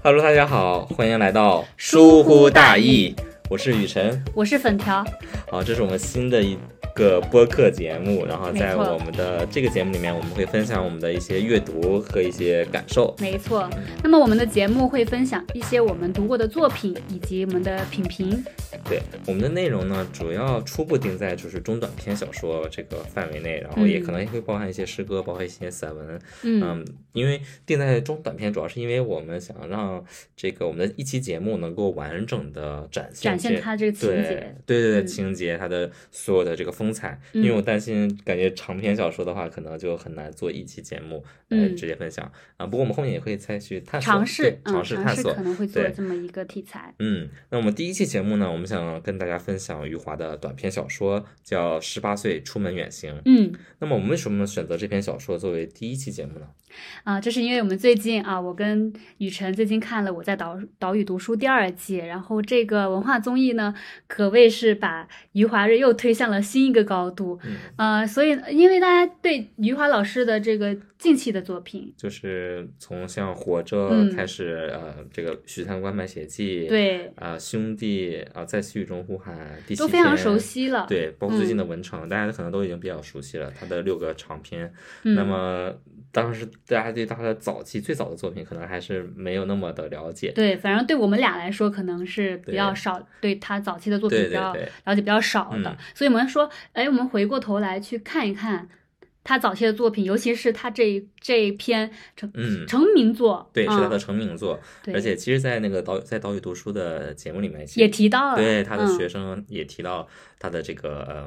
Hello， 大家好，欢迎来到疏忽大意，我是雨辰， 我是粉条。 好，这是我们新的一个播客节目，然后在我们的这个节目里面，我们会分享我们的一些阅读和一些感受。 没错，那么我们的节目会分享一些我们读过的作品以及我们的品评。 对，我们的内容呢，主要初步定在就是中短篇小说这个范围内，然后也可能会包含一些诗歌，包含一些散文。因为定在中短篇，主要是因为我们想让这个我们的一期节目能够完整的展现它这个情节。 对，情节它的所有的这个风采。因为我担心，感觉长篇小说的话，可能就很难做一期节目来直接分享啊。不过我们后面也会再去探索，尝试探索， 可能会做这么一个题材。 那我们第一期节目呢，我们想跟大家分享余华的短篇小说，叫《18岁出门远行》。那么我们为什么选择这篇小说作为第一期节目呢？ 这是因为我们最近我跟雨辰最近看了《我在岛屿读书》第2季，然后这个文化综艺呢，可谓是把余华又推向了新一个高度。所以因为大家对余华老师的这个近期的作品， 就是从像《活着》开始，这个《许三观卖血记》， 对， 兄弟在细雨中呼喊，第7天都非常熟悉了。 对，包括最近的《文成》，大家可能都已经比较熟悉了，他的6个长篇。那么当时大家对他的最早的作品可能还是没有那么的了解。 对，反正对我们俩来说可能是比较少，对他早期的作品比较了解比较少的。所以我们说，我们回过头来去看一看他早期的作品，尤其是他这一篇成名作。 对，是他的成名作。而且其实在那个岛屿读书的节目里面也提到了， 对，他的学生也提到他的这个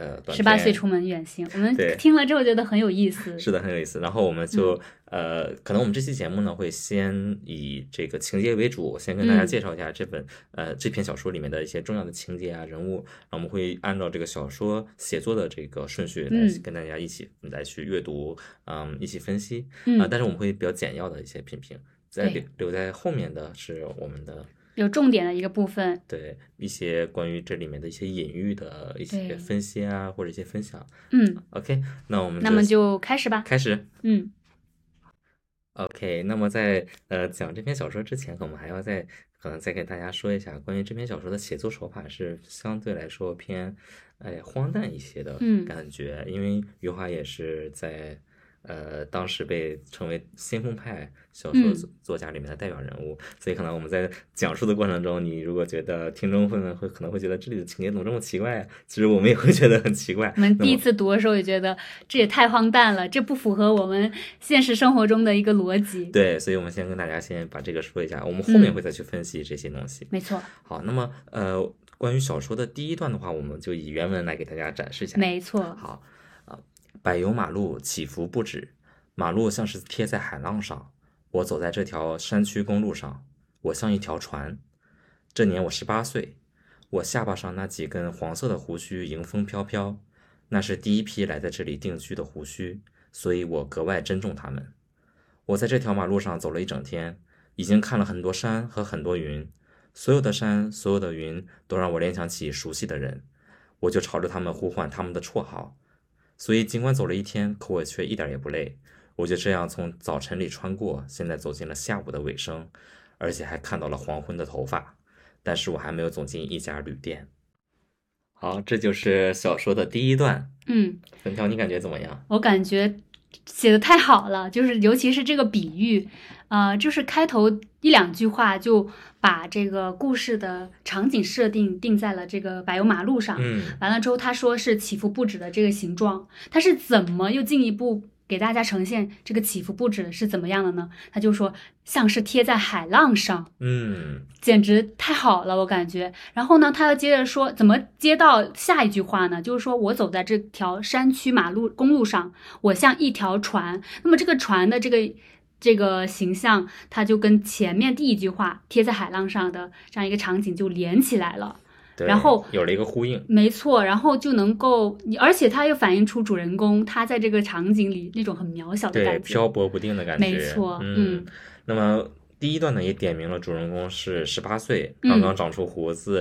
18岁出门远行，我们听了之后觉得很有意思。 是的，很有意思。然后我们就可能我们这期节目呢会先以这个情节为主，先跟大家介绍一下这篇小说里面的一些重要的情节啊人物，然后我们会按照这个小说写作的这个顺序来跟大家一起来去阅读，一起分析。但是我们会比较简要的一些品评，留在后面的是我们的有重点的一个部分， 对一些关于这里面的一些隐喻的一些分析啊，或者一些分享。OK， 那么就开始吧。 开始。OK， 那么在讲这篇小说之前，我们还要可能再给大家说一下，关于这篇小说的写作手法是相对来说偏荒诞一些的感觉，因为余华也是在当时被称为先锋派小说作家里面的代表人物，所以可能我们在讲述的过程中，你如果觉得听众们可能会觉得这里的情节怎么这么奇怪啊，其实我们也会觉得很奇怪。 我们第一次读的时候也觉得这也太荒诞了，这不符合我们现实生活中的一个逻辑。 对，所以我们先跟大家先把这个说一下，我们后面会再去分析这些东西。 没错。 好，那么关于小说的第一段的话，我们就以原文来给大家展示一下。 没错。 好。柏油马路起伏不止，马路像是贴在海浪上。我走在这条山区公路上，我像一条船。这年我18岁，我下巴上那几根黄色的胡须迎风飘飘，那是第一批来在这里定居的胡须，所以我格外珍重它们。我在这条马路上走了一整天，已经看了很多山和很多云，所有的山，所有的云都让我联想起熟悉的人，我就朝着他们呼唤他们的绰号。所以尽管走了一天，可我却一点也不累。我就这样从早晨里穿过，现在走进了下午的尾声，而且还看到了黄昏的头发，但是我还没有走进一家旅店。好，这就是小说的第一段。粉条，你感觉怎么样？ 我感觉写的太好了，就是尤其是这个比喻，就是开头1、2句话就把这个故事的场景设定在了这个柏油马路上。完了之后他说是起伏不止的这个形状，他是怎么又进一步给大家呈现这个起伏不止是怎么样的呢？他就说像是贴在海浪上，简直太好了，我感觉。然后呢，他又接着说，怎么接到下一句话呢？就是说我走在这条山区公路上，我像一条船。那么这个船的这个形象，它就跟前面第一句话贴在海浪上的这样一个场景就连起来了。然后有了一个呼应， 没错，然后就能够，而且它又反映出主人公他在这个场景里那种很渺小的感觉， 对，漂泊不定的感觉， 没错。 那么第一段呢也点明了主人公是18岁，刚刚长出胡子，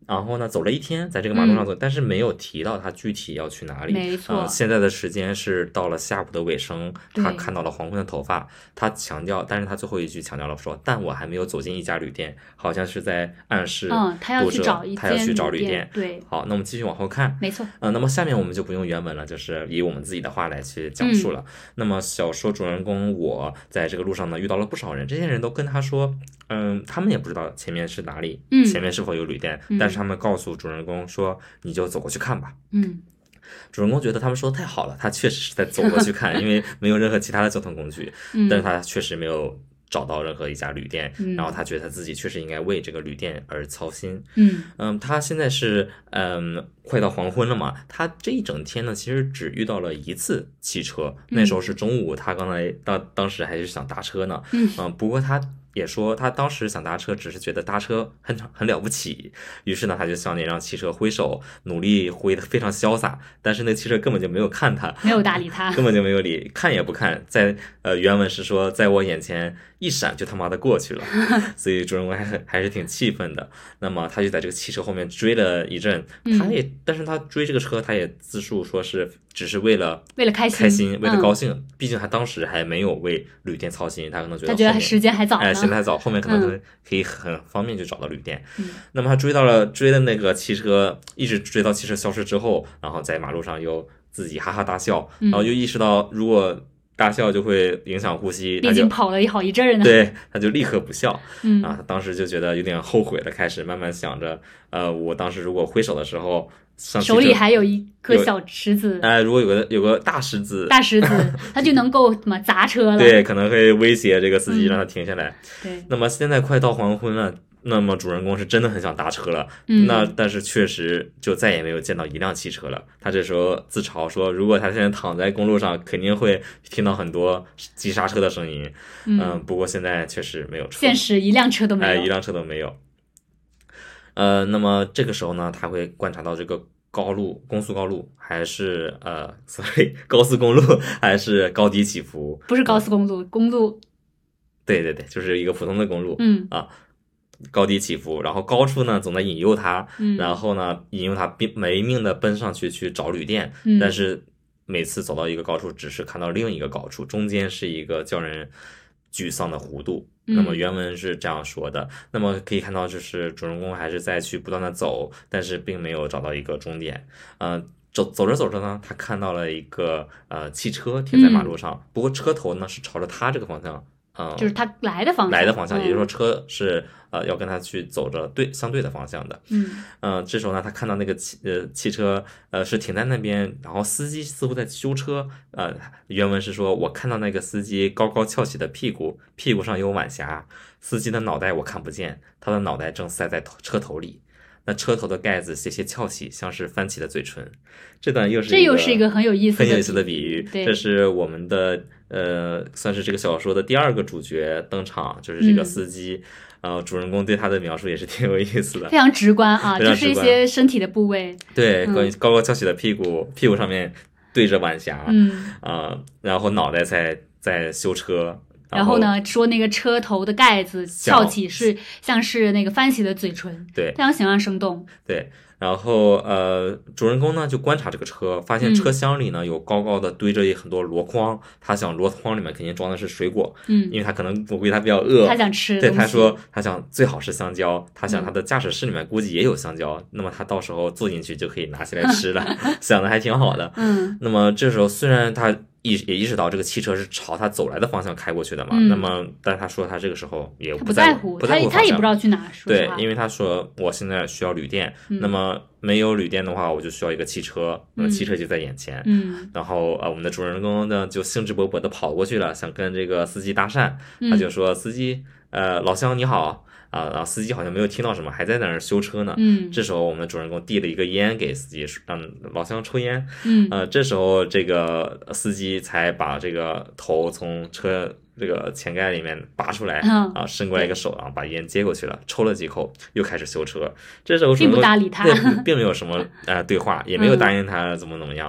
然后呢走了一天，在这个马路上走，但是没有提到他具体要去哪里。 没错， 现在的时间是到了下午的尾声， 对他看到了黄昏的头发，他强调，但是他最后一句强调了说，但我还没有走进一家旅店，好像是在暗示他要去找他要去找旅店。对， 好，那我们继续往后看。 没错。 那么下面我们就不用原文了，就是以我们自己的话来去讲述了。那么小说主人公我在这个路上呢遇到了不少人，这些人都跟他说，他们也不知道前面是哪里，前面是否有旅店，但是他们告诉主人公说，你就走过去看吧。主人公觉得他们说的太好了，他确实是在走过去看，因为没有任何其他的交通工具，但是他确实没有找到任何一家旅店，然后他觉得他自己确实应该为这个旅店而操心。他现在是快到黄昏了嘛，他这一整天呢其实只遇到了一次汽车，那时候是中午，他当时还是想搭车呢。不过他也说他当时想搭车只是觉得搭车很了不起，于是呢他就向那辆汽车挥手，努力挥得非常潇洒，但是那汽车根本就没有看他， 没有搭理他， 根本就没有理，看也不看，在原文是说在我眼前一闪就他妈的过去了，所以主人公还是挺气愤的。那么他就在这个汽车后面追了一阵，但是他追这个车他也自述说是只是为了开心，为了高兴，毕竟他当时还没有为旅店操心，他可能觉得时间还早呢， 时间还早，后面可能可以很方便就找到旅店。那么他追的那个汽车，一直追到汽车消失之后，然后在马路上又自己哈哈大笑，然后又意识到如果大笑就会影响呼吸， 毕竟跑了好一阵呢。 对，他就立刻不笑。他当时就觉得有点后悔了，开始慢慢想着，我当时如果挥手的时候， 手里还有一颗小石子， 如果有个大石子， 他就能够砸车了。 对，可能会威胁这个司机让他停下来。 对， 那么现在快到黄昏了。那么主人公是真的很想搭车了，但是确实就再也没有见到一辆汽车了。他这时候自嘲说，如果他现在躺在公路上，肯定会听到很多急刹车的声音。不过现在确实没有车， 现实一辆车都没有， 一辆车都没有。那么这个时候呢，他会观察到这个公速高路还是高速公路还是高低起伏， 不是高速公路，公路， 对，就是一个普通的公路。高低起伏，然后高处呢总在引诱他，然后呢引诱他没命的奔上去找旅店，但是每次走到一个高处，只是看到另一个高处，中间是一个叫人沮丧的弧度。那么原文是这样说的。那么可以看到，就是主人公还是在去不断的走，但是并没有找到一个终点。走着呢，他看到了一个汽车停在马路上，不过车头呢是朝着他这个方向。 就是他来的方向， 也就是说车是要跟他去走着相对的方向的。这时候呢，他看到那个汽车是停在那边，然后司机似乎在修车。原文是说，我看到那个司机高高翘起的屁股上有晚霞，司机的脑袋我看不见，他的脑袋正塞在车头里。那车头的盖子斜斜翘起，像是翻起的嘴唇。这段又是一个很有意思的比喻。这是我们的算是这个小说的第二个主角登场，就是这个司机。主人公对他的描述也是挺有意思的， 非常直观啊，就是一些身体的部位。 对，关于高高翘起的屁股上面对着晚霞，然后脑袋在修车。 然后呢，说那个车头的盖子翘起是像是那个翻起的嘴唇， 对， 非常形象生动。 对，然后主人公呢就观察这个车，发现车厢里呢有高高的堆着很多箩筐，他想箩筐里面肯定装的是水果，因为他可能我估计他比较饿， 他想吃。 对，他说他想最好是香蕉，他想他的驾驶室里面估计也有香蕉，那么他到时候坐进去就可以拿起来吃了，想的还挺好的。那么这时候虽然他也意识到这个汽车是朝他走来的方向开过去的嘛，那么但是他说他这个时候也不在乎他也不知道去哪。 对，因为他说我现在需要旅店，那么没有旅店的话我就需要一个汽车，那么汽车就在眼前。然后我们的主人公呢就兴致勃勃的跑过去了，想跟这个司机搭讪。他就说，司机老乡你好。然后司机好像没有听到什么，还在那儿修车呢。这时候我们的主人公递了一个烟给司机，让老乡抽烟。这时候这个司机才把这个头从车这个前盖里面拔出来，伸过来一个手，然后把烟接过去了，抽了几口，又开始修车。这时候并不搭理他， 并没有什么对话，也没有答应他怎么样。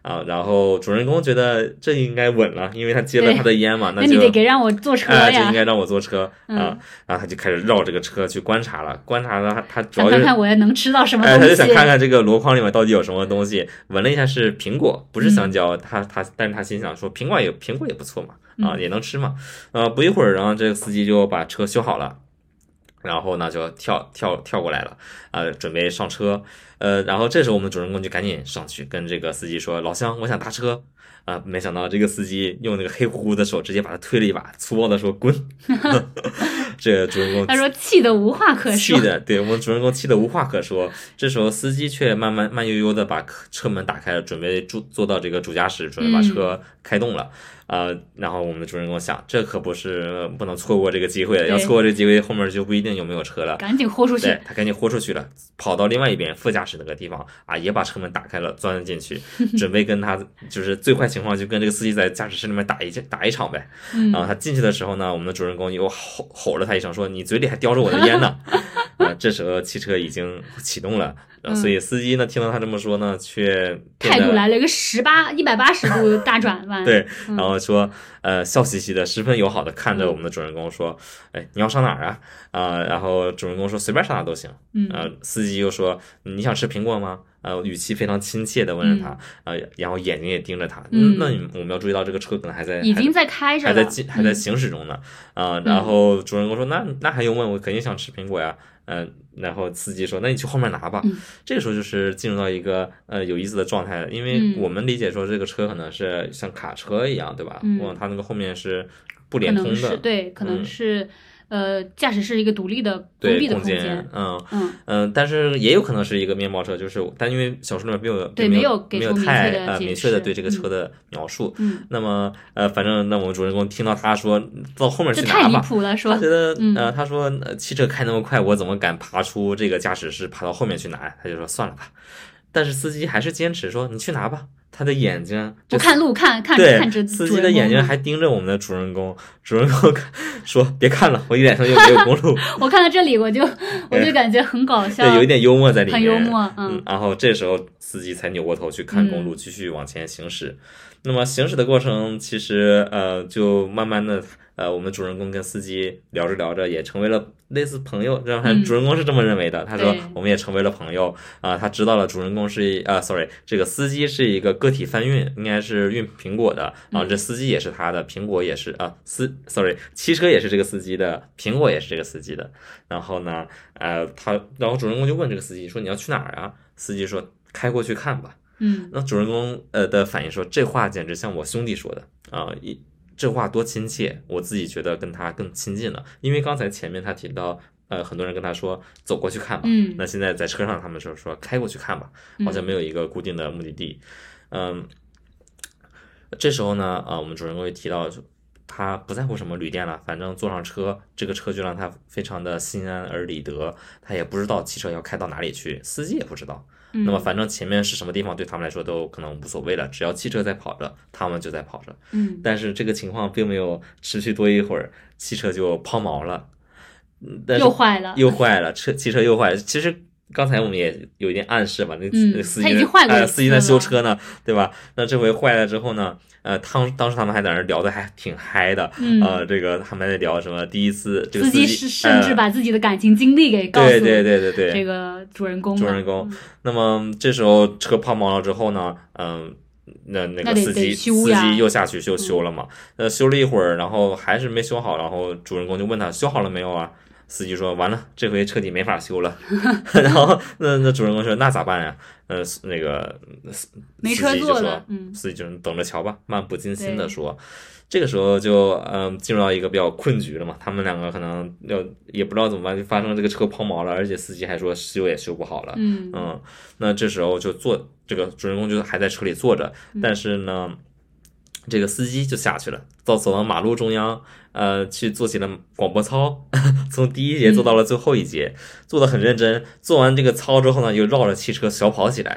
然后主人公觉得这应该稳了，因为他接了他的烟嘛， 那你得给让我坐车呀， 就应该让我坐车然后他就开始绕这个车去观察了他主要看看我能吃到什么东西， 他就想看看这个箩筐里面到底有什么东西，闻了一下是苹果，不是香蕉，但是他心想说苹果也不错嘛，也能吃嘛，不一会儿，然后这个司机就把车修好了。然后呢，就跳过来了，准备上车，然后这时候我们主人公就赶紧上去跟这个司机说：“老乡，我想搭车。”没想到这个司机用那个黑乎乎的手直接把他推了一把，粗暴的说：“滚！”这个主人公他说气得无话可说， 对我们主人公气得无话可说。这时候司机却慢悠悠的把车门打开了，准备坐到这个主驾驶，准备把车开动了。然后我们的主人公想，这可不能错过这个机会了，要错过这个机会，后面就不一定有没有车了， 赶紧豁出去。 对，他赶紧豁出去了，跑到另外一边副驾驶那个地方也把车门打开了，钻了进去，准备跟他就是最坏情况就跟这个司机在驾驶室里面打一场呗。然后他进去的时候呢，我们的主人公又吼了他一声，说：“你嘴里还叼着我的烟呢！”这时候汽车已经启动了。所以司机呢，听到他这么说呢，却态度来了一个180度大转弯。 对，然后说，笑嘻嘻的，十分友好的看着我们的主人公说：“哎，你要上哪儿啊？”然后主人公说：“随便上哪都行。”司机又说：“你想吃苹果吗？”语气非常亲切的问着他，然后眼睛也盯着他。那我们要注意到这个车可能已经在开着了， 还在行驶中呢。然后主人公说：“那还用问？我肯定想吃苹果呀。”然后司机说：“那你去后面拿吧。”这个时候就是进入到一个有意思的状态，因为我们理解说这个车可能是像卡车一样，对吧？它那个后面是不连通的， 对，可能是。驾驶是一个独立的空间， 但是也有可能是一个面包车，但因为小说里面没有太明确的对这个车的描述，那么反正那我们主人公听到他说到后面去拿吧， 太离谱了，说他觉得他说汽车开那么快，我怎么敢爬出这个驾驶室爬到后面去拿？他就说算了吧，但是司机还是坚持说你去拿吧。他的眼睛不看路，看着司机的眼睛还盯着我们的主人公。主人公说：“别看了，我脸上又没有公路。” 我看到这里，我就感觉很搞笑， 对，有一点幽默在里面， 很幽默。 然后这时候司机才扭过头去看公路，继续往前行驶。那么行驶的过程，其实就慢慢的。我们主人公跟司机聊着聊着也成为了类似朋友，然后主人公是这么认为的。他说我们也成为了朋友他知道了主人公是这个司机是一个个体贩运，应该是运苹果的这司机也是他的，苹果也是汽车也是这个司机的，苹果也是这个司机的。然后呢然后主人公就问这个司机说：“你要去哪儿啊？”司机说：“开过去看吧。”那主人公的反应说：“这话简直像我兄弟说的这话多亲切，我自己觉得跟他更亲近了。因为刚才前面他提到，很多人跟他说走过去看吧，那现在在车上他们说开过去看吧，好像没有一个固定的目的地。这时候呢，我们主人公也提到，他不在乎什么旅店了，反正坐上车，这个车就让他非常的心安而理得。他也不知道汽车要开到哪里去，司机也不知道。那么反正前面是什么地方对他们来说都可能无所谓了，只要汽车在跑着，他们就在跑着。但是这个情况并没有持续多一会儿，汽车就抛锚了， 又坏了， 汽车又坏了。其实刚才我们也有一点暗示吧，那司机他已经坏过司机在修车呢，对吧？那这回坏了之后呢？当时他们还在那聊的还挺嗨的，这个他们在聊什么？第一次这个司机甚至把自己的感情经历给告诉对这个主人公。 那么这时候车抛锚了之后呢，那个司机又下去就修了嘛。修了一会儿，然后还是没修好，然后主人公就问他修好了没有啊？司机说完了，这回彻底没法修了。然后那主人公说那咋办呀？那个没车坐了， 司机就等着瞧吧，漫不经心的说。这个时候就进入到一个比较困局了嘛，他们两个可能也不知道怎么办，就发生这个车抛锚了，而且司机还说修也修不好了。那这时候就这个主人公就还在车里坐着，但是呢。这个司机就下去了，走到马路中央，去做起了广播操，从第一节做到了最后一节，做得很认真。做完这个操之后呢，又绕着汽车小跑起来。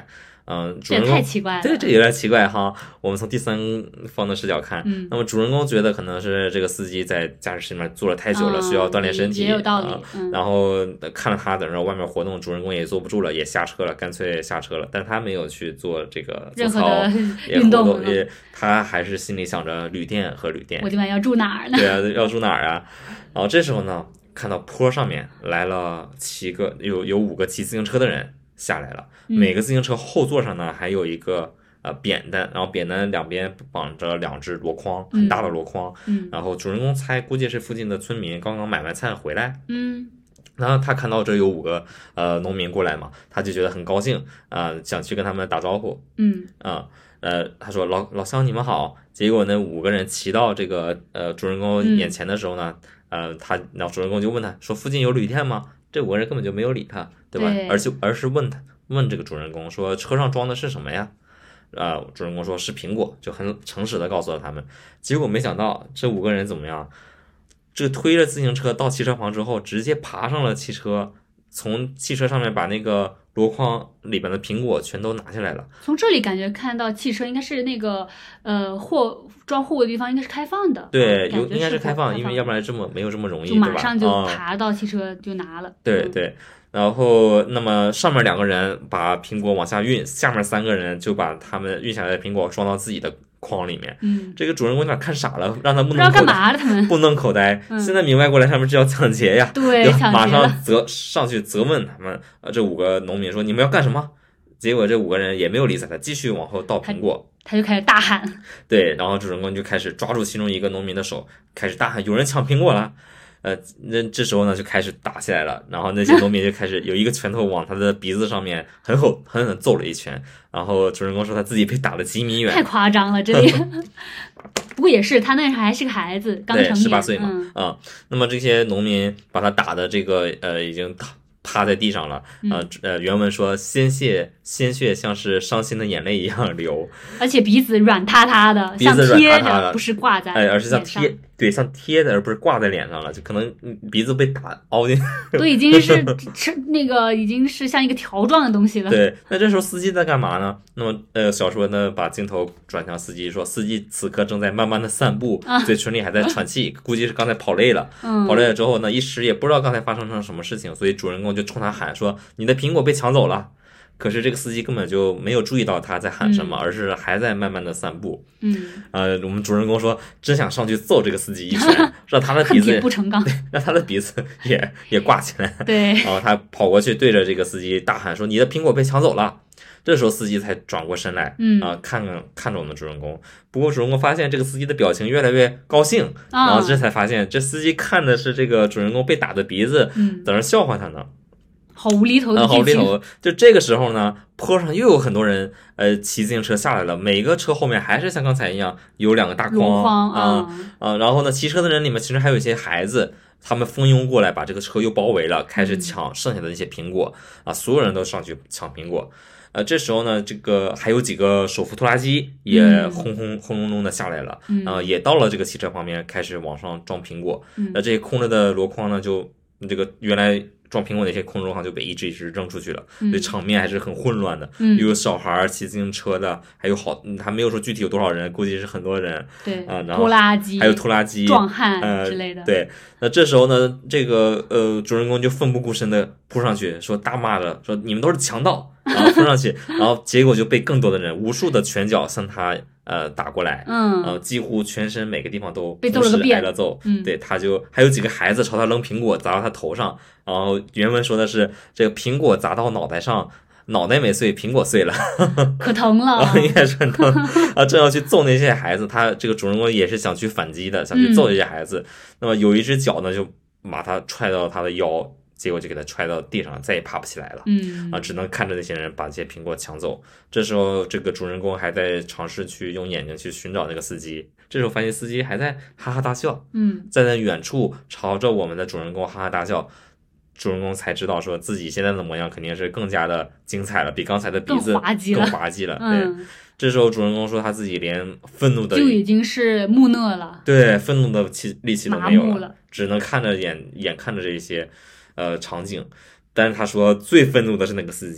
主人公这也太奇怪了。 对，这有点奇怪哈。我们从第三方的视角看，那么主人公觉得可能是这个司机在驾驶室里面坐了太久了，需要锻炼身体， 也有道理。 然后看了他在那外面活动，主人公也坐不住了，也下车了，干脆下车了。但他没有去做这个任何的运动， 他还是心里想着旅店和旅店。 我今晚要住哪儿呢？ 对啊，要住哪儿啊？然后这时候呢，看到坡上面来了有5个骑自行车的人下来了，每个自行车后座上呢还有一个扁担，然后扁担两边绑着2只箩筐，很大的箩筐。然后主人公猜估计是附近的村民刚刚买完菜回来。然后他看到这有5个农民过来嘛，他就觉得很高兴想去跟他们打招呼。他说老乡你们好。结果呢5个人骑到这个主人公眼前的时候呢，然后主人公就问他说附近有旅店吗？这5个人根本就没有理他，对吧？而是问这个主人公说车上装的是什么呀？主人公说是苹果，就很诚实的告诉了他们。结果没想到这5个人怎么样？这推着自行车到汽车旁之后，直接爬上了汽车，从汽车上面把那个箩筐里边的苹果全都拿下来了。 从这里感觉看到汽车应该是那个装货物的地方应该是开放的。 对，应该是开放，因为要不然没有这么容易， 就马上就爬到汽车就拿了。 对。然后那么上面2个人把苹果往下运，下面3个人就把他们运下来的苹果装到自己的筐里面。这个主人公有点看傻了，让他不能口呆，不能口呆。现在明白过来他们是要抢劫呀， 对， 马上上去责问他们这5个农民说你们要干什么？结果这5个人也没有理睬他，继续往后倒苹果。 他就开始大喊。 对，然后主人公就开始抓住其中一个农民的手，开始大喊有人抢苹果了。这时候呢就开始打起来了，然后那些农民就开始有一个拳头往他的鼻子上面狠狠揍了一拳，然后主人公说他自己被打了几米远， 太夸张了这里。不过也是，他那时候还是个孩子，刚成年 ，18岁嘛。那么这些农民把他打的这个已经趴在地上了。原文说鲜血像是伤心的眼泪一样流， 而且鼻子软塌塌的， 鼻子像贴着，不是挂在而是像像贴的，而不是挂在脸上了，就可能鼻子被打凹进， 都已经是那个已经是像一个条状的东西了。 对，那这时候司机在干嘛呢？那么小说呢把镜头转向司机，说司机此刻正在慢慢的散步，嘴唇里还在喘气，估计是刚才跑累了。跑累了之后呢，一时也不知道刚才发生了什么事情，所以主人公就冲他喊说：“你的苹果被抢走了。”可是这个司机根本就没有注意到他在喊什么，而是还在慢慢的散步。我们主人公说真想上去揍这个司机一拳，让他的鼻子不成钢， 让他的鼻子也挂起来。 对， 然后他跑过去对着这个司机大喊说：“你的苹果被抢走了。”这时候司机才转过身来，看着我们主人公。不过主人公发现这个司机的表情越来越高兴，然后这才发现这司机看的是这个主人公被打的鼻子，在那笑话他呢。 好无厘头的剧情。 好无厘头。就这个时候呢，坡上又有很多人骑自行车下来了，每个车后面还是像刚才一样有2个大筐然后呢，骑车的人里面其实还有一些孩子，他们蜂拥过来把这个车又包围了，开始抢剩下的那些苹果所有人都上去抢苹果。这时候呢，这个还有几个手扶拖拉机也轰隆隆的下来了，也到了这个汽车旁边，开始往上装苹果。这些空着的箩筐呢，就这个原来装苹果那些空箩筐就被一只一只扔出去了，所以场面还是很混乱的。有小孩骑自行车的，还有还没有说具体有多少人，估计是很多人。 对， 然后拖拉机， 还有拖拉机、 壮汉之类的。 对，那这时候呢，这个主人公就奋不顾身的扑上去，说大骂着说你们都是强盗，然后扑上去，然后结果就被更多的人无数的拳脚向他打过来，几乎全身每个地方都被揍了个遍， 挨了揍。对，他就还有几个孩子朝他扔苹果砸到他头上，然后原文说的是这个苹果砸到脑袋上，脑袋没碎，苹果碎了， 可疼了， 应该是很疼正要去揍那些孩子，他这个主人公也是想去反击的，想去揍这些孩子。那么有一只脚呢，就把他踹到他的腰。结果就给他踹到地上，再也爬不起来了。只能看着那些人把这些苹果抢走。这时候，这个主人公还在尝试去用眼睛去寻找那个司机。这时候发现司机还在哈哈大笑，在那远处朝着我们的主人公哈哈大笑。主人公才知道说自己现在的模样肯定是更加的精彩了，比刚才的鼻子更滑稽了。对，这时候主人公说他自己连愤怒的就已经是木讷了， 对，愤怒的力气都没有了， 只能看着眼看着这些场景。但是他说最愤怒的是那个司机，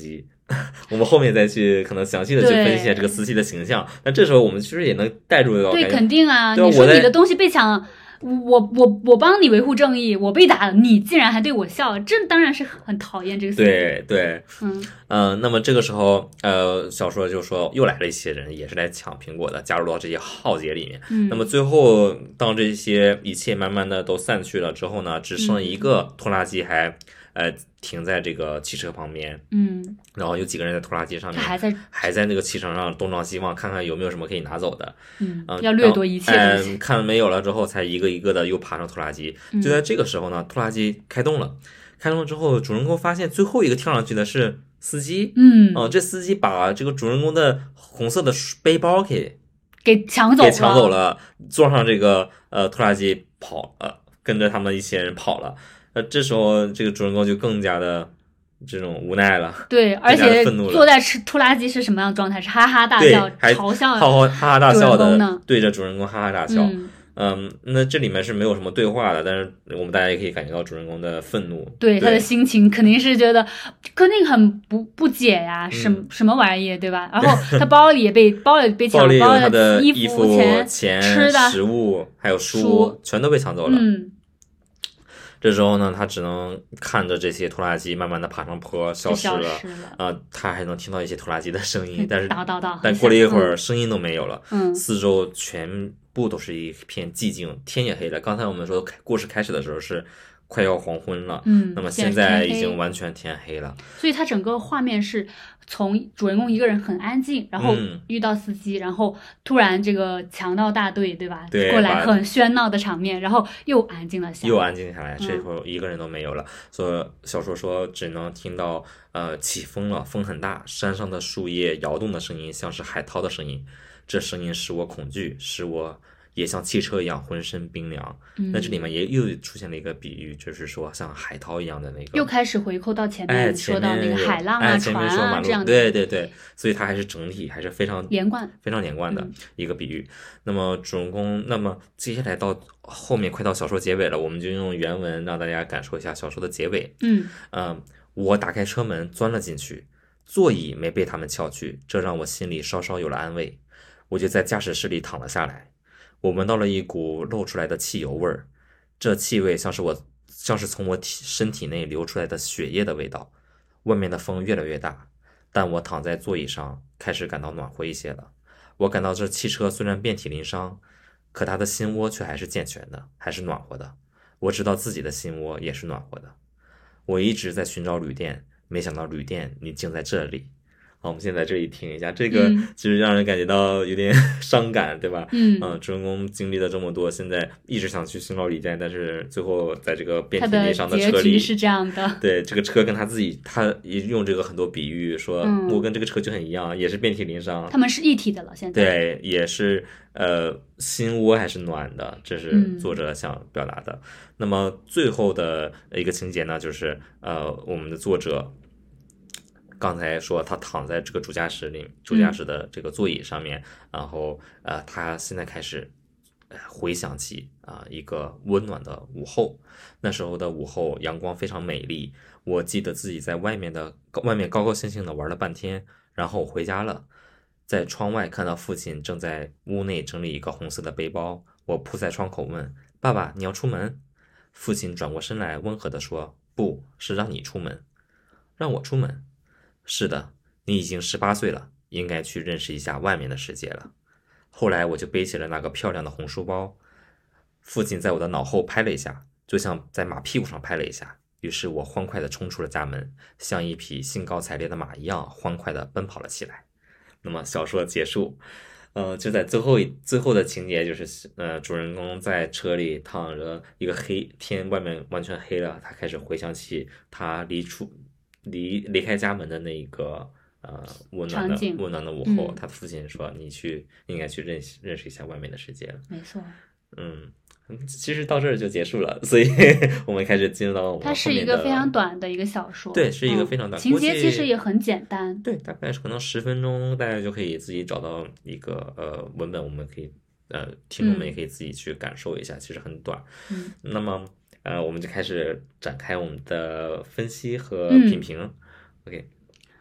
我们后面再去可能详细的去分析一下这个司机的形象。但这时候我们其实也能带入到， 对，肯定啊， 对， 你说你的东西被抢。我帮你维护正义，我被打了，你竟然还对我笑，这当然是很讨厌这个司机。 对对，那么这个时候，小说就说又来了一些人，也是来抢苹果的，加入到这些浩劫里面。那么最后，当这些一切慢慢的都散去了之后呢，只剩一个拖拉机还停在这个汽车旁边，然后有几个人在拖拉机上面，还在那个汽车上东张西望，看看有没有什么可以拿走的， 要掠夺一切东西。 看没有了之后，才一个一个的又爬上拖拉机。就在这个时候呢，拖拉机开动了之后，主人公发现最后一个跳上去的是司机，这司机把这个主人公的红色的背包给抢走了， 坐上这个拖拉机跑了，跟着他们一些人跑了。这时候这个主人公就更加的这种无奈了， 对，而且坐在拖拉机是什么样的状态？是哈哈大笑，嘲笑哈哈大笑的，对着主人公哈哈大笑。那这里面是没有什么对话的，但是我们大家也可以感觉到主人公的愤怒， 对他的心情肯定是觉得肯定很不解呀，什么玩意对吧？然后他包里也被抢，包里他的衣服、 钱、吃的、 食物还有书全都被抢走了。这时候呢，他只能看着这些拖拉机慢慢的爬上坡消失了。他还能听到一些拖拉机的声音，但是但过了一会儿，声音都没有了。四周全部都是一片寂静，天也黑了。刚才我们说故事开始的时候是快要黄昏了，那么现在已经完全天黑了。 所以它整个画面是从主人公一个人很安静，然后遇到司机，然后突然这个强盗大队对吧？ 对， 过来很喧闹的场面，然后又安静了下来，这会儿一个人都没有了。所以小说说只能听到起风了，风很大，山上的树叶摇动的声音像是海涛的声音，这声音使我恐惧，使我也像汽车一样浑身冰凉。那这里面也又出现了一个比喻，就是说像海涛一样的那个， 又开始回扣到前面说到那个海浪啊、船啊这样的。 对，所以它还是整体还是非常连贯的一个比喻。那么主人公，那么接下来到后面快到小说结尾了，我们就用原文让大家感受一下小说的结尾。我打开车门钻了进去，座椅没被他们撬去，这让我心里稍稍有了安慰。我就在驾驶室里躺了下来。我闻到了一股漏出来的汽油味儿，这气味像是从我身体内流出来的血液的味道。外面的风越来越大，但我躺在座椅上开始感到暖和一些了。我感到这汽车虽然遍体鳞伤，可它的心窝却还是健全的，还是暖和的。我知道自己的心窝也是暖和的。我一直在寻找旅店，没想到旅店你竟在这里。好，我们现在这里听一下，这个就是让人感觉到有点伤感，对吧？主人公经历了这么多，现在一直想去寻找旅店，但是最后在这个遍体鳞伤的车里， 他的结局是这样的。 对，这个车跟他自己，他也用这个很多比喻说，我跟这个车就很一样，也是遍体鳞伤。 他们是一体的了，现在。对，也是心窝还是暖的，这是作者想表达的。那么最后的一个情节呢，就是我们的作者。刚才说他躺在这个主驾驶的这个座椅上面，然后他现在开始回想起一个温暖的午后。那时候的午后阳光非常美丽，我记得自己在外面高高兴兴的玩了半天，然后回家了。在窗外看到父亲正在屋内整理一个红色的背包，我扑在窗口问：爸爸，你要出门？父亲转过身来温和地说：不是让你出门。让我出门？是的，你已经18岁了，应该去认识一下外面的世界了。后来我就背起了那个漂亮的红书包，父亲在我的脑后拍了一下，就像在马屁股上拍了一下，于是我欢快地冲出了家门，像一匹兴高采烈的马一样欢快地奔跑了起来。那么小说结束，就在最后的情节就是主人公在车里躺着，一个天外面完全黑了，他开始回想起他离开家门的那个温暖的午后，他的父亲说：“你应该去认识一下外面的世界了。” 没错。 其实到这儿就结束了，所以我们开始进入到我们后面的。 它是一个非常短的一个小说， 对，是一个非常短， 情节其实也很简单， 对，大概是可能10分钟，大家就可以自己找到一个文本，我们可以听众们也可以自己去感受一下，其实很短。那么我们就开始展开我们的分析和品评。OK，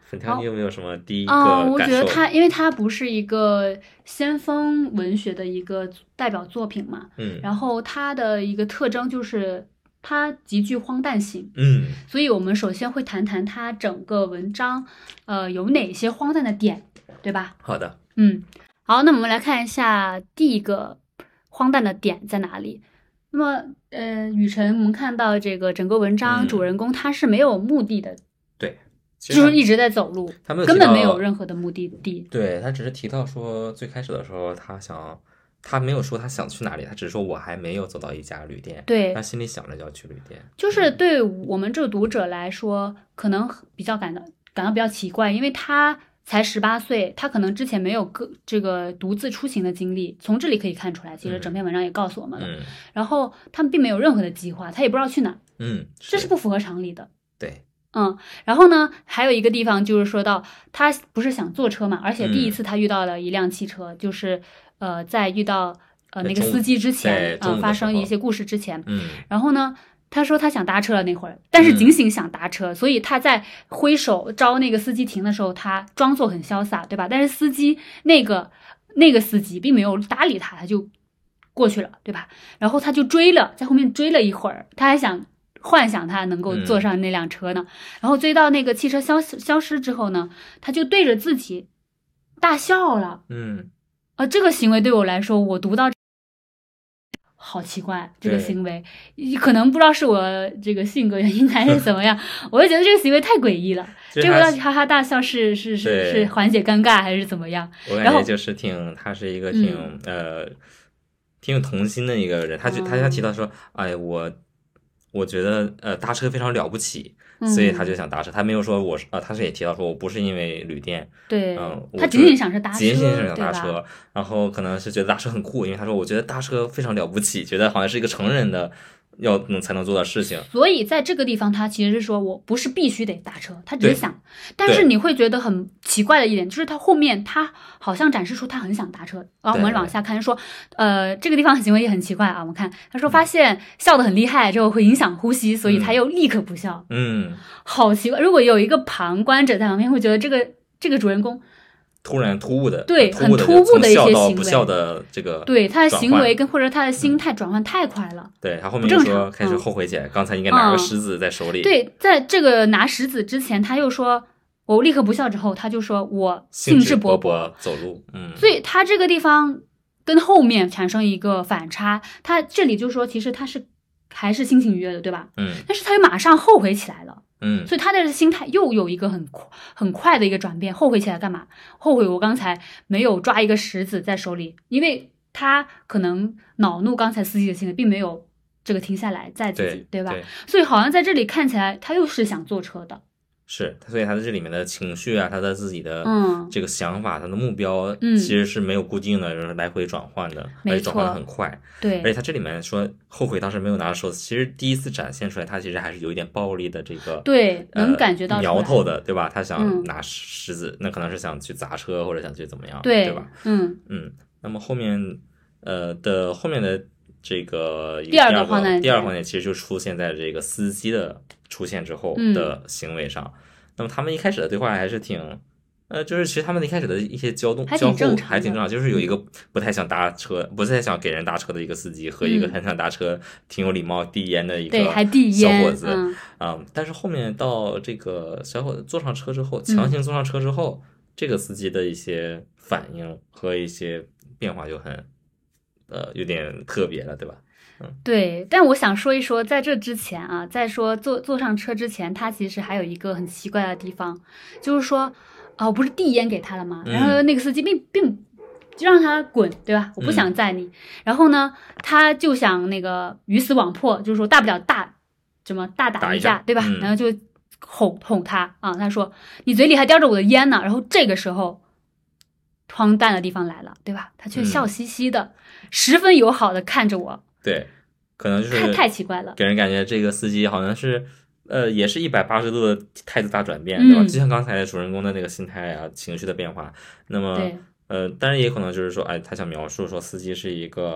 粉条，你有没有什么第一个我感受？ 觉得它，因为它不是一个先锋文学的一个代表作品嘛，然后它的一个特征就是它极具荒诞性，所以我们首先会谈谈它整个文章，有哪些荒诞的点，对吧？ 好的， 好，那我们来看一下第一个荒诞的点在哪里。那么，雨辰，我们看到这个整个文章主人公他是没有目的的， 对， 就是一直在走路，根本没有任何的目的地。 对，他只是提到说，最开始的时候他没有说他想去哪里，他只是说我还没有走到一家旅店， 对， 他心里想着就要去旅店。 就是对我们这个读者来说，可能比较感到比较奇怪，因为他才18岁，他可能之前没有这个独自出行的经历，从这里可以看出来，其实整篇文章也告诉我们了。然后他们并没有任何的计划，他也不知道去哪，这是不符合常理的。 对， 然后呢，还有一个地方就是说到，他不是想坐车嘛，而且第一次他遇到了一辆汽车，就是在遇到那个司机之前发生一些故事之前，然后呢。他说他想搭车了那会儿，但是警醒想搭车，所以他在挥手招那个司机停的时候，他装作很潇洒，对吧？但是司机那个司机并没有搭理他，他就过去了，对吧？然后他就在后面追了一会儿，他还想幻想他能够坐上那辆车呢。然后追到那个汽车消失之后呢，他就对着自己大笑了。这个行为对我来说，我读到。好奇怪，这个行为可能不知道是我这个性格原因还是怎么样，我就觉得这个行为太诡异了。这个到底哈哈大笑是缓解尴尬还是怎么样？ 我感觉就是他是一个挺有童心的一个人。他提到说，哎，我觉得搭车非常了不起，所以他就想搭车。他没有说他是也提到说我不是因为旅店， 对，他仅仅想是搭车， 仅仅是想搭车，然后可能是觉得搭车很酷，因为他说我觉得搭车非常了不起，觉得好像是一个成人的才能做的事情。 所以在这个地方，他其实是说我不是必须得搭车，他只是想。但是你会觉得很奇怪的一点，就是他后面他好像展示出他很想搭车。然后我们往下看，说这个地方行为也很奇怪啊。我们看他说发现笑得很厉害之后会影响呼吸，所以他又立刻不笑。好奇怪。如果有一个旁观者在旁边，会觉得这个主人公。 突然突兀的， 对，很突兀的一些行为， 不笑的这个， 对他的行为或者他的心态转换太快了。 对，他后面就说开始后悔起来，刚才应该拿个石子在手里。 对，在这个拿石子之前，他又说我立刻不笑，之后他就说我兴致勃勃走路。 所以他这个地方跟后面产生一个反差，他这里就说其实他还是心情愉悦的，对吧？但是他又马上后悔起来了。所以他的心态又有一个很快的一个转变。后悔起来干嘛？后悔我刚才没有抓一个石子在手里，因为他可能恼怒刚才司机的行为，并没有这个停下来载自己，对吧？所以好像在这里看起来，他又是想坐车的。 是，所以他在这里面的情绪啊，他的自己的这个想法，他的目标其实是没有固定的，就是来回转换的，而且转换的很快。 对， 而且他这里面说后悔当时没有拿手，其实第一次展现出来，他其实还是有一点暴力的这个， 对，能感觉到苗头的，对吧？他想拿石子，那可能是想去砸车或者想去怎么样， 对吧？那么后面后面的这个第二个荒点其实就出现在这个司机的出现之后的行为上。那么他们一开始的对话还是挺就是其实他们一开始的一些交互还挺正常，就是有一个不太想搭车不太想给人搭车的一个司机和一个很想搭车挺有礼貌递烟的一个小伙子。但是后面到这个小伙子坐上车之后，强行坐上车之后，这个司机的一些反应和一些变化就很有点特别了，对吧？ 对，但我想说一说，在这之前啊，在说坐上车之前，他其实还有一个很奇怪的地方，就是说，我不是递烟给他了吗？然后那个司机并就让他滚，对吧？我不想载你。然后呢，他就想那个鱼死网破，就是说大不了大打一架，对吧？然后就哄他啊，他说你嘴里还叼着我的烟呢。然后这个时候，荒诞的地方来了，对吧？他却笑嘻嘻的，十分友好的看着我。 对，可能就是太奇怪了， 给人感觉这个司机好像是也是180度的态度大转变，对吧？就像刚才主人公的那个心态啊、情绪的变化。那么当然也可能就是说，他想描述说司机是一个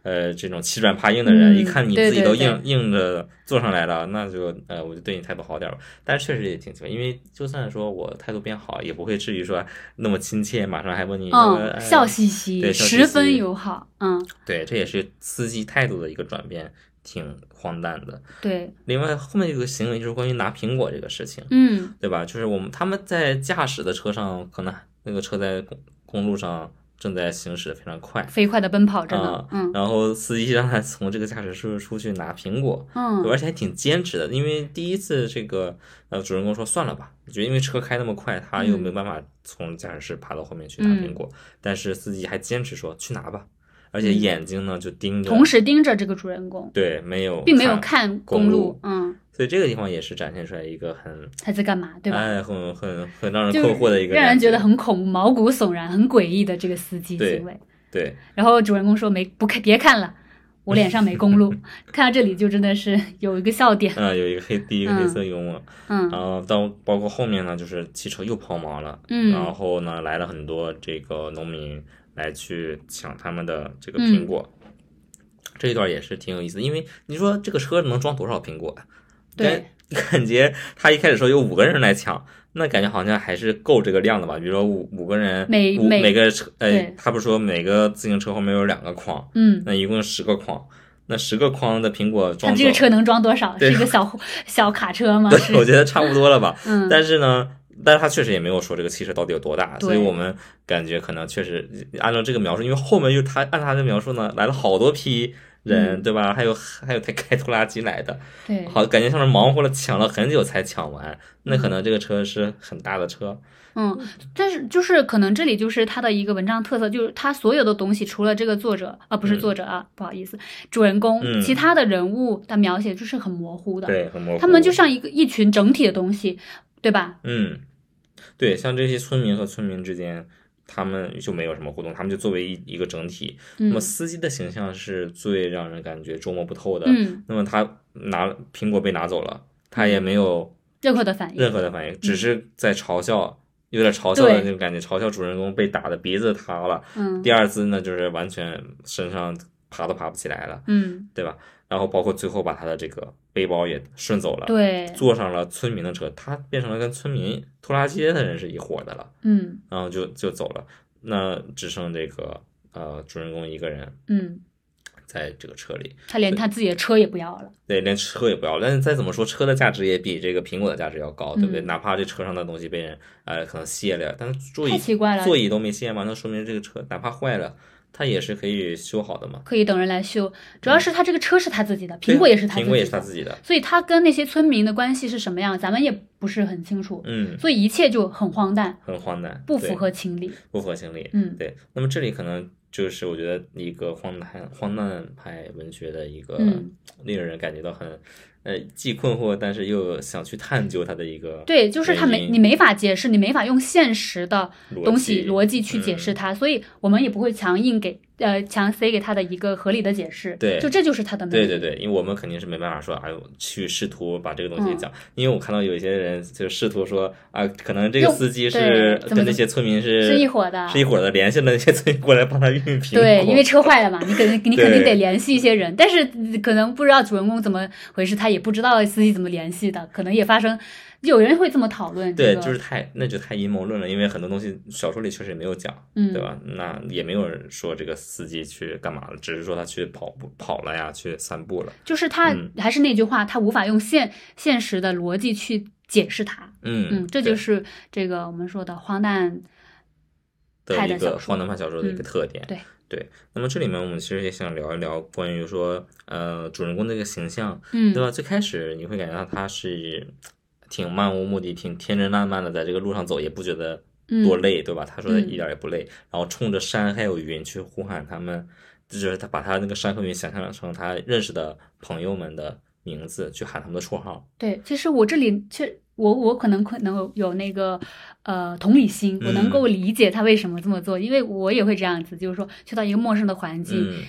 这种欺软怕硬的人，一看你自己都对硬着坐上来了，那就我就对你态度好点吧。但是确实也挺奇怪，因为就算说我态度变好，也不会至于说那么亲切，马上还问你笑嘻嘻， 对， 十分友好。 对，这也是司机态度的一个转变，挺荒诞的。 对， 另外后面有个行为就是关于拿苹果这个事情，对吧？就是他们在驾驶的车上，可能那个车在公路上正在行驶的非常快， 飞快的奔跑着呢。 然后司机让他从这个驾驶室出去拿苹果，而且还挺坚持的。因为第一次这个主人公说算了吧，觉得因为车开那么快，他又没办法从驾驶室爬到后面去拿苹果，但是司机还坚持说去拿吧，而且眼睛呢就盯着， 同时盯着这个主人公， 对， 并没有看公路，所以这个地方也是展现出来一个他在干嘛，对吧？ 很让人困惑的一个， 让人觉得很恐怖、毛骨悚然、很诡异的这个司机行为。 对。 然后主人公说别看了，我脸上没公路。看到这里就真的是有一个笑点。 有一个第一个黑色幽默。然后包括后面呢，就是汽车又抛锚了。然后呢，来了很多这个农民来去抢他们的这个苹果。这一段也是挺有意思，因为你说这个车能装多少苹果啊？ 对， 感觉他一开始说有5个人来抢，那感觉好像还是够这个量的吧？比如说五个人，每个车，他不是说每个自行车后面有2个筐，那一共10个筐，那10个筐的苹果装走， 他这个车能装多少？是一个小卡车吗？ 对，我觉得差不多了吧。但是他确实也没有说这个汽车到底有多大，所以我们感觉可能确实按照这个描述，因为后面按他的描述呢，来了好多批人，对吧？还有他开拖拉机来的， 对， 好，感觉像是忙活了抢了很久才抢完，那可能这个车是很大的车。 但是就是可能这里就是他的一个文章特色，就是他所有的东西除了这个作者不是作者不好意思，主人公，其他的人物的描写就是很模糊的， 对，很模糊， 他们就像一群整体的东西，对吧？ 对，像这些村民和村民之间，他们就没有什么互动，他们就作为一个整体。那么司机的形象是最让人感觉捉摸不透的。那么他苹果被拿走了，他也没有任何的反应，只是在嘲笑，有点嘲笑的那种感觉，嘲笑主人公被打的鼻子塌了。第二次呢，就是完全身上爬都爬不起来了，对吧？然后包括最后把他的这个背包也顺走了， 对， 坐上了村民的车，他变成了跟村民拖拉机的人是一伙的了，然后就走了，那只剩这个主人公一个人，在这个车里， 他连他自己的车也不要了， 对，连车也不要了。但是再怎么说，车的价值也比这个苹果的价值要高，对不对？哪怕这车上的东西被人可能卸了，但是太奇怪了， 座椅都没卸嘛，那说明这个车哪怕坏了，它也是可以修好的嘛， 可以等人来修。主要是他这个车是他自己的，苹果也是他自己的， 所以他跟那些村民的关系是什么样，咱们也不是很清楚。所以一切就很荒诞，不符合情理， 对。那么这里可能就是我觉得一个荒诞派文学的一个令人感觉到很既困惑，但是又想去探究它的一个， 对，就是你没法解释，你没法用现实的东西逻辑去解释它，所以我们也不会强塞给他的一个合理的解释。 对， 就这就是他的魅力。 对，因为我们肯定是没办法说去试图把这个东西讲，因为我看到有一些人就试图说可能这个司机是跟那些村民是一伙的， 联系了那些村民过来帮他运苹果。 对，因为车坏了嘛，你肯定得联系一些人，但是可能不知道主人公怎么回事，他也不知道司机怎么联系的，可能也发生。有人会这么讨论， 对，就是那就太阴谋论了，因为很多东西小说里确实也没有讲，对吧？那也没有人说这个司机去干嘛了，只是说他去跑了呀，去散步了。 就是他还是那句话，他无法用现实的逻辑去解释它。这就是这个我们说的荒诞派的荒诞派小说的一个特点。对，那么这里面我们其实也想聊一聊关于说主人公的一个形象，对吧？最开始你会感觉到他是挺漫无目的，挺天真烂漫的，在这个路上走也不觉得多累，对吧？他说的一点也不累，然后冲着山还有云去呼喊他们，就是他把他那个山和云想象成他认识的朋友们的名字，去喊他们的绰号。 对，其实我这里我可能有那个同理心，我能够理解他为什么这么做，因为我也会这样子，就是说去到一个陌生的环境。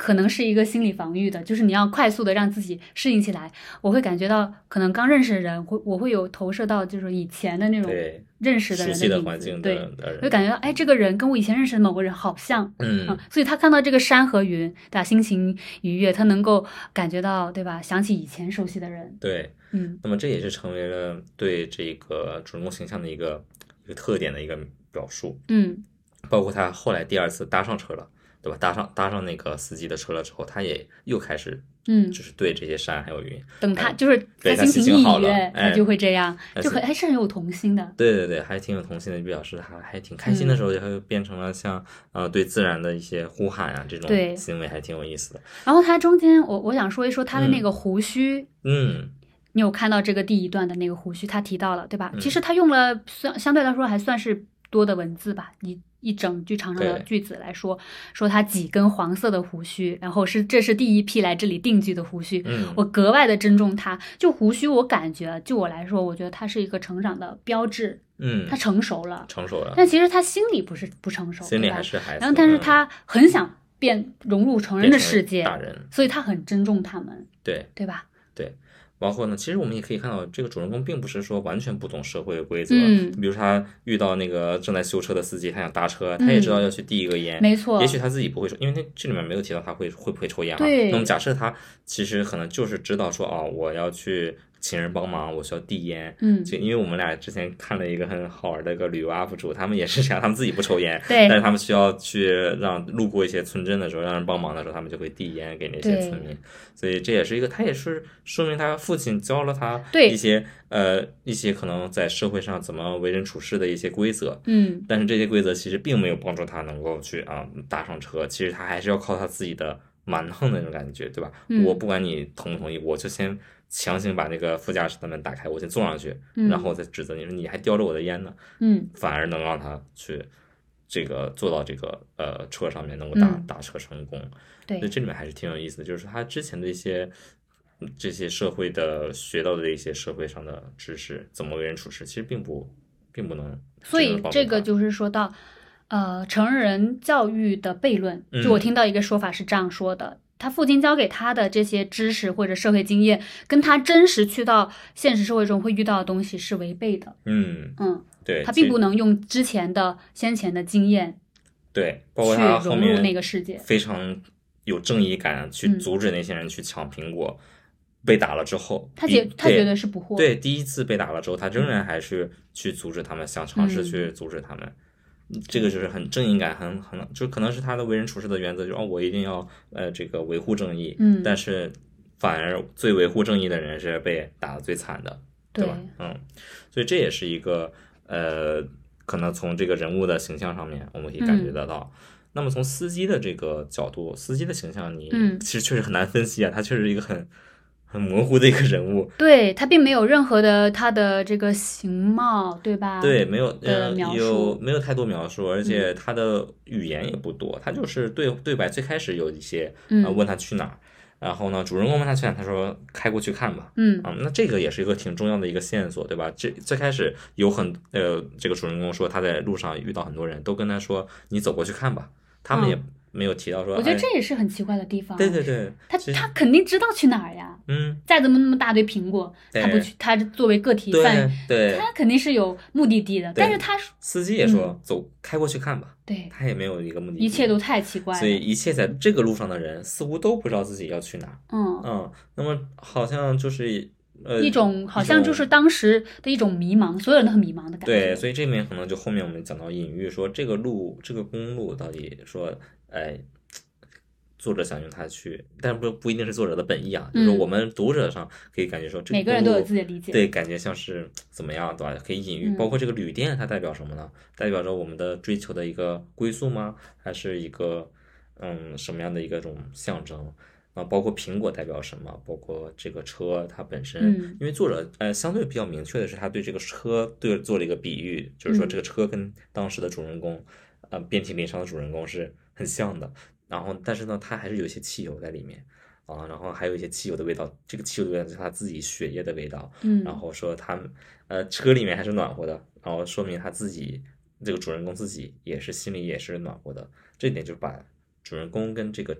可能是一个心理防御的，就是你要快速的让自己适应起来。我会感觉到，可能刚认识的人，我会有投射到就是以前的那种对认识的人熟悉的影子， 环境对， 的人会感觉到，哎，这个人跟我以前认识的某个人好像，所以他看到这个山和云，对吧？心情愉悦，他能够感觉到，对吧？想起以前熟悉的人， 对，那么这也是成为了对这个主人公形象的一个特点的一个表述，包括他后来第二次搭上车了，对吧？搭上那个司机的车了之后，他也又开始，就是对这些山还有云， 等他就是对他心情好了， 他就会这样，就很还是很有童心的。 对对对，还挺有童心的，表示他还挺开心的时候，也会变成了像对自然的一些呼喊啊，这种行为还挺有意思的。 然后他中间我想说一说他的那个胡须，你有看到这个第一段的那个胡须，他提到了对吧？其实他用了相对来说还算是多的文字吧，一整句长长的句子来说他几根黄色的胡须，然后这是第一批来这里定居的胡须，我格外的珍重它。就胡须，我感觉就我来说，我觉得它是一个成长的标志，他成熟了，但其实他心里不成熟， 心里还是孩子， 然后但是他很想融入成人的世界， 大人， 所以他很珍重他们， 对吧？ 对。包括呢，其实我们也可以看到，这个主人公并不是说完全不懂社会规则。比如他遇到那个正在修车的司机，他想搭车，他也知道要去递一个烟。 没错。 也许他自己不会说，因为这里面没有提到他会不会抽烟哈。那么假设他其实可能就是知道说，我要去请人帮忙，我需要递烟。就因为我们俩之前看了一个很好玩的一个旅游 UP 主，他们也是这样，他们自己不抽烟，但是他们需要去让路过一些村镇的时候，让人帮忙的时候，他们就会递烟给那些村民。所以这也是一个，他也是说明他父亲教了他一些可能在社会上怎么为人处事的一些规则。但是这些规则其实并没有帮助他能够去搭上车，其实他还是要靠他自己的蛮横的那种感觉，对吧？我不管你同不同意，我就先强行把那个副驾驶的门打开，我先坐上去，然后再指责你说你还叼着我的烟呢。反而能让他去这个坐到这个车上面，能够打车成功。 对， 所以这里面还是挺有意思的，就是他之前的这些社会的学到的一些社会上的知识，怎么为人处事，其实并不能。 所以这个就是说到成人教育的悖论，就我听到一个说法是这样说的。他父亲教给他的这些知识或者社会经验，跟他真实去到现实社会中会遇到的东西是违背的。 对， 他并不能用先前的经验， 对，包括他融入那个世界， 非常有正义感，去阻止那些人去抢苹果。被打了之后， 他觉得是不惑。 对，第一次被打了之后，他仍然还是去阻止他们，想尝试去阻止他们。这个就是很正义感，很就可能是他的为人处事的原则，就是我一定要这个维护正义。但是反而最维护正义的人是被打得最惨的，对吧？所以这也是一个可能从这个人物的形象上面，我们可以感觉得到。那么从司机的这个角度，司机的形象其实确实很难分析啊，他确实是一个很模糊的一个人物， 对，他并没有任何的他的这个形貌，对吧？ 对，没有描述， 没有太多描述，而且他的语言也不多，他就是对白最开始有一些问他去哪儿，然后呢，主人公问他去哪儿，他说开过去看吧，那这个也是一个挺重要的一个线索，对吧？最开始有这个主人公说他在路上遇到很多人都跟他说你走过去看吧，他们也没有提到说， 我觉得这也是很奇怪的地方。 对对对， 他肯定知道去哪儿呀。再怎么那么大堆苹果，他不去，他作为个体犯，他肯定是有目的地的。但是司机也说走开过去看吧， 对， 他也没有一个目的地， 一切都太奇怪了。 所以一切在这个路上的人似乎都不知道自己要去哪儿。那么好像就是一种好像就是当时的一种迷茫，所有人都很迷茫的感觉。 对，所以这里面可能就后面我们讲到隐喻，说这个公路到底说，作者想用它去，但不一定是作者的本意啊，就是说我们读者上可以感觉说，这个每个人都有自己的理解， 对，感觉像是怎么样，对吧？可以隐喻，包括这个旅店它代表什么呢？代表着我们的追求的一个归宿吗？还是一个什么样的一个种象征？包括苹果代表什么？包括这个车它本身，因为作者相对比较明确的是，他对这个车做了一个比喻，就是说这个车跟当时的主人公，遍体鳞伤的主人公是很像的。然后，但是呢，它还是有一些汽油在里面然后还有一些汽油的味道，这个汽油的味道是他自己血液的味道。然后说他车里面还是暖和的，然后说明他自己这个主人公自己也是心里也是暖和的。这一点就把主人公跟这个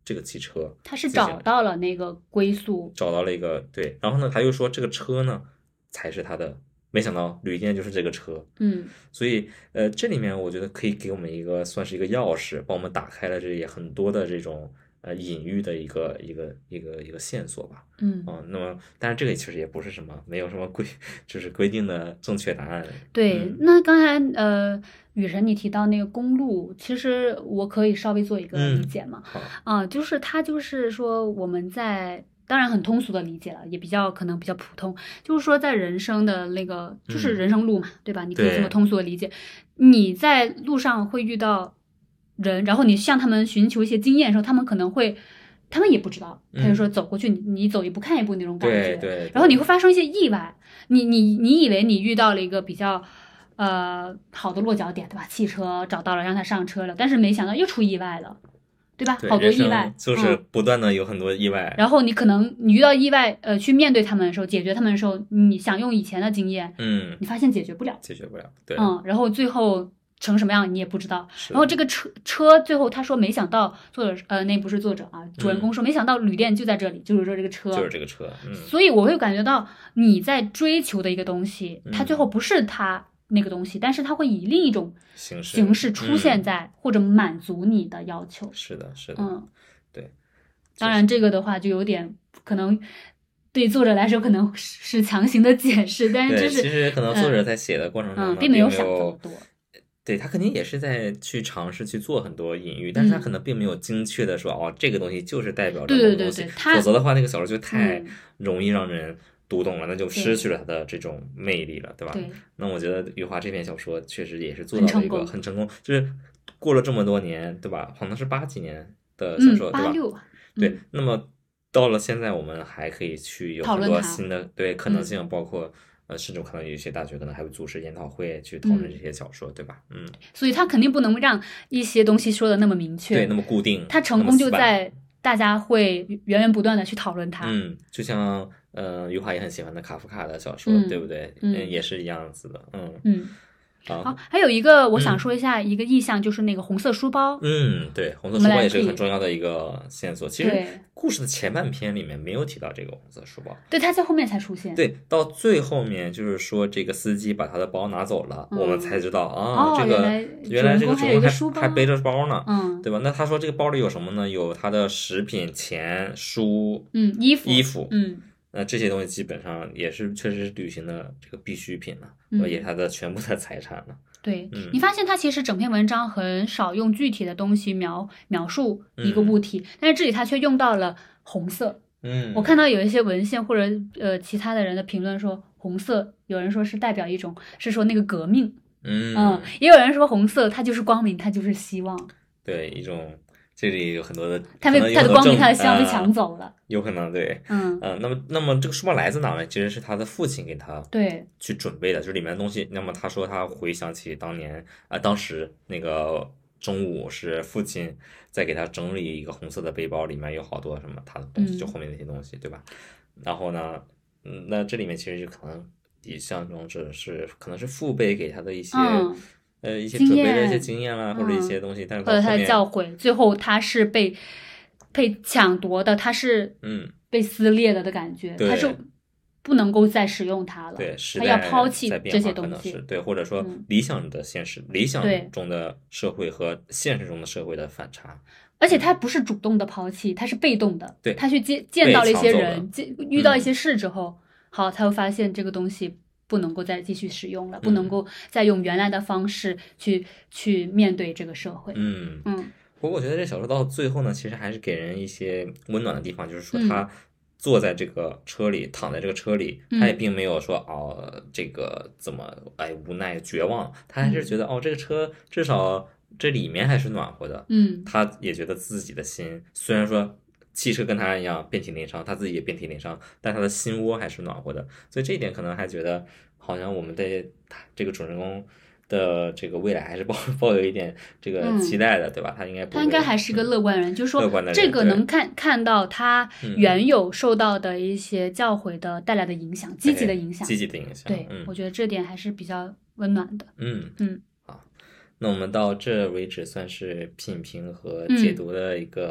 这个汽车， 他是找到了那个归宿， 找到了一个对，然后呢，他又说这个车呢才是他的，没想到旅店就是这个车，所以这里面我觉得可以给我们一个算是一个钥匙，帮我们打开了这也很多的这种隐喻的一个线索吧，那么但是这个其实也不是什么没有什么就是规定的正确答案。 对，那刚才雨辰你提到那个公路，其实我可以稍微做一个理解嘛，就是它就是说我们在。当然很通俗的理解了，也可能比较普通，就是说在人生的那个就是人生路嘛，对吧？你可以这么通俗的理解。你在路上会遇到人，然后你向他们寻求一些经验的时候，他们也不知道，他就说走过去，你走一步看一步那种感觉。 对。 然后你会发生一些意外，你以为你遇到了一个比较好的落脚点，对吧？汽车找到了，让他上车了，但是没想到又出意外了。对吧？好多意外， 就是不断的有很多意外。 然后你遇到意外，去面对他们的时候，解决他们的时候，你想用以前的经验，你发现解决不了， 对， 然后最后成什么样你也不知道。然后这个车最后他说没想到作者那不是作者啊，主人公说没想到旅店就在这里，就是说这个车，所以我会感觉到你在追求的一个东西，它最后不是它那个东西，但是它会以另一种形式出现在或者满足你的要求。 是的，对。 当然这个的话就有点可能对作者来说可能是强行的解释，但是其实可能作者在写的过程中并没有想这么多。 对，他肯定也是在去尝试去做很多隐喻，但是他可能并没有精确的说这个东西就是代表着某个东西，否则的话那个小说就太容易让人读懂了，那就失去了它的这种魅力了，对吧？ 对。 那我觉得余华这篇小说确实也是做到了一个很成功，就是过了这么多年，对吧？可能是80几年的小说，对吧？对，那么到了现在，我们还可以去有很多新的可能性，包括甚至可能有一些大学可能还会组织研讨会去讨论这些小说，对吧？ 所以他肯定不能让一些东西说的那么明确， 对，那么固定。 他成功就在大家会源源不断的去讨论它。 就像余华也很喜欢的卡夫卡的小说，对不对？也是一样子的。好， 还有一个我想说一下一个意象，就是那个红色书包。 对，红色书包也是很重要的一个线索。其实故事的前半篇里面没有提到这个红色书包， 对，它在后面才出现。 对，到最后面就是说这个司机把他的包拿走了，我们才知道这个原来这个主人公还背着包呢，对吧？那他说这个包里有什么呢？有他的食品、钱、书、衣服，那这些东西基本上也是确实是旅行的这个必需品了，也是他的全部的财产了。 对，你发现他其实整篇文章很少用具体的东西描述一个物体，但是这里他却用到了红色。我看到有一些文献或者其他的人的评论说红色，有人说是代表一种是说那个革命，也有人说红色它就是光明，它就是希望。 对，一种。这里有很多的， 他的光明，他的希望被抢走了， 有可能对，那么这个书包来自哪呢？其实是他的父亲给他去准备的，就是里面的东西。那么他说他回想起当时那个中午是父亲在给他整理一个红色的背包，里面有好多什么他的东西，就后面那些东西，对吧？然后呢，那这里面其实就可能比象征着是可能是父辈给他的一些。一些准备的一些经验啦，或者一些东西，但是或者他的教诲，最后他是被抢夺的，他是被撕裂了的感觉，他是不能够再使用它了， 对， 他要抛弃这些东西， 对，或者说理想的现实，理想中的社会和现实中的社会的反差。 而且他不是主动的抛弃，他是被动的，对，他去见到了一些人，遇到一些事之后，好，他会发现这个东西不能够再继续使用了，不能够再用原来的方式去面对这个社会。 不过我觉得这小说到最后呢，其实还是给人一些温暖的地方，就是说他坐在这个车里，躺在这个车里，他也并没有说这个怎么无奈绝望，他还是觉得这个车至少这里面还是暖和的。他也觉得自己的心虽然说汽车跟他一样遍体鳞伤，他自己也遍体鳞伤，但他的心窝还是暖和的，所以这一点可能还觉得好像我们对这个主人公的这个未来还是抱有一点这个期待的，对吧？他应该还是个乐观人，就是说这个能看到他原有受到的一些教诲的带来的影响，积极的影响。对，我觉得这点还是比较温暖的。 好，那我们到这为止算是品评和解读的一个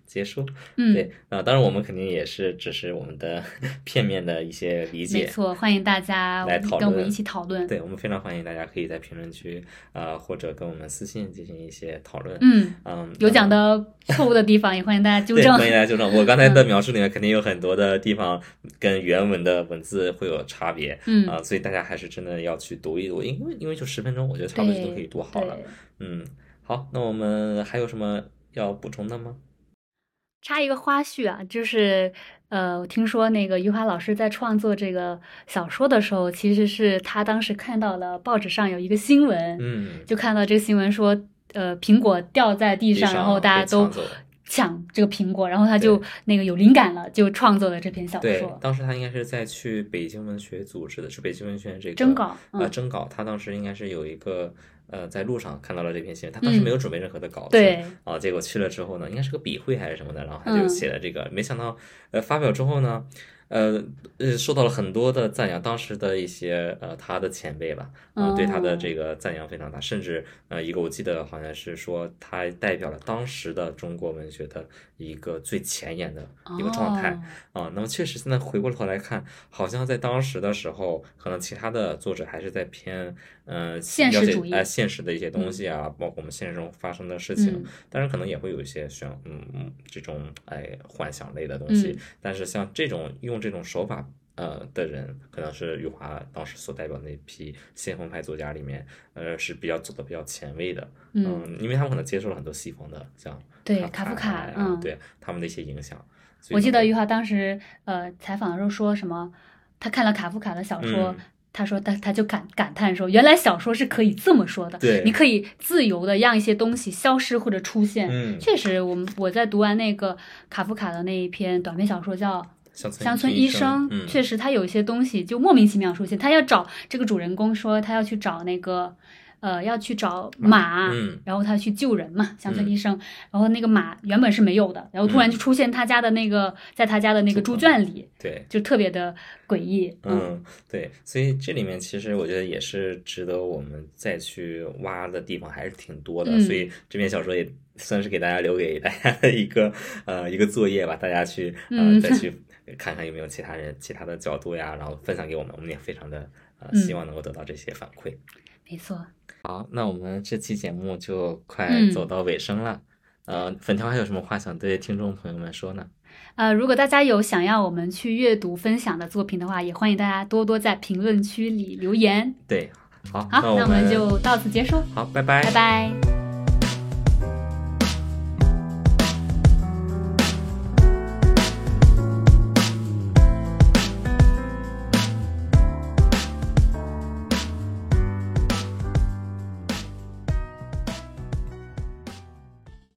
结束。对当然我们肯定也是只是我们的片面的一些理解， 没错，欢迎大家来讨论， 跟我们一起讨论。 对，我们非常欢迎大家可以在评论区或者跟我们私信进行一些讨论。 有讲的错误的地方也欢迎大家纠正。 对，欢迎大家纠正。我刚才的描述里面肯定有很多的地方跟原文的文字会有差别，所以大家还是真的要去读一读，因为就10分钟，我觉得差不多就可以读好了。好，那我们还有什么要补充的吗？ 插一个花絮啊，就是我听说那个余华老师在创作这个小说的时候，其实是他当时看到了报纸上有一个新闻，就看到这个新闻说，苹果掉在地上，然后大家都抢这个苹果，然后他就那个有灵感了，就创作了这篇小说。 对，当时他应该是在去北京文学组织的，是北京文学这个征稿， 征稿，他当时应该是有一个。在路上看到了这篇新闻，他当时没有准备任何的稿子， 对， 结果去了之后呢，应该是个笔会还是什么的，然后他就写了这个，没想到发表之后呢，受到了很多的赞扬，当时的一些他的前辈吧，对他的这个赞扬非常大，甚至一个我记得好像是说他代表了当时的中国文学的一个最前沿的一个状态那么确实现在回过头来看，好像在当时的时候，可能其他的作者还是在偏现实主义现实的一些东西啊，包括我们现实中发生的事情，当然可能也会有一些像这种幻想类的东西，但是像这种用这种手法的人，可能是余华当时所代表那批先锋派作家里面是比较走的比较前卫的，因为他们可能接受了很多西方的像对卡夫卡对他们的一些影响。 我记得余华当时采访的时候说什么，他看了卡夫卡的小说。他说他就感叹说，原来小说是可以这么说的， 对， 你可以自由的让一些东西消失或者出现。确实我在读完那个卡夫卡的那一篇短篇小说叫乡村医生，确实他有一些东西就莫名其妙出现，他要找这个主人公说他要去找那个要去找马，然后他去救人嘛，乡村医生，然后那个马原本是没有的，然后突然就出现他家的那个在他家的那个猪圈里， 对， 就特别的诡异。 对，所以这里面其实我觉得也是值得我们再去挖的地方还是挺多的，所以这篇小说也算是给大家留给大家的一个作业吧，大家去再去看看有没有其他的角度呀，然后分享给我们，我们也非常的希望能够得到这些反馈。 没错。 好，那我们这期节目就快走到尾声了。粉条还有什么话想对听众朋友们说呢？ 如果大家有想要我们去阅读分享的作品的话，也欢迎大家多多在评论区里留言。 对，好， 那我们就到此结束。 好，拜拜， 拜拜。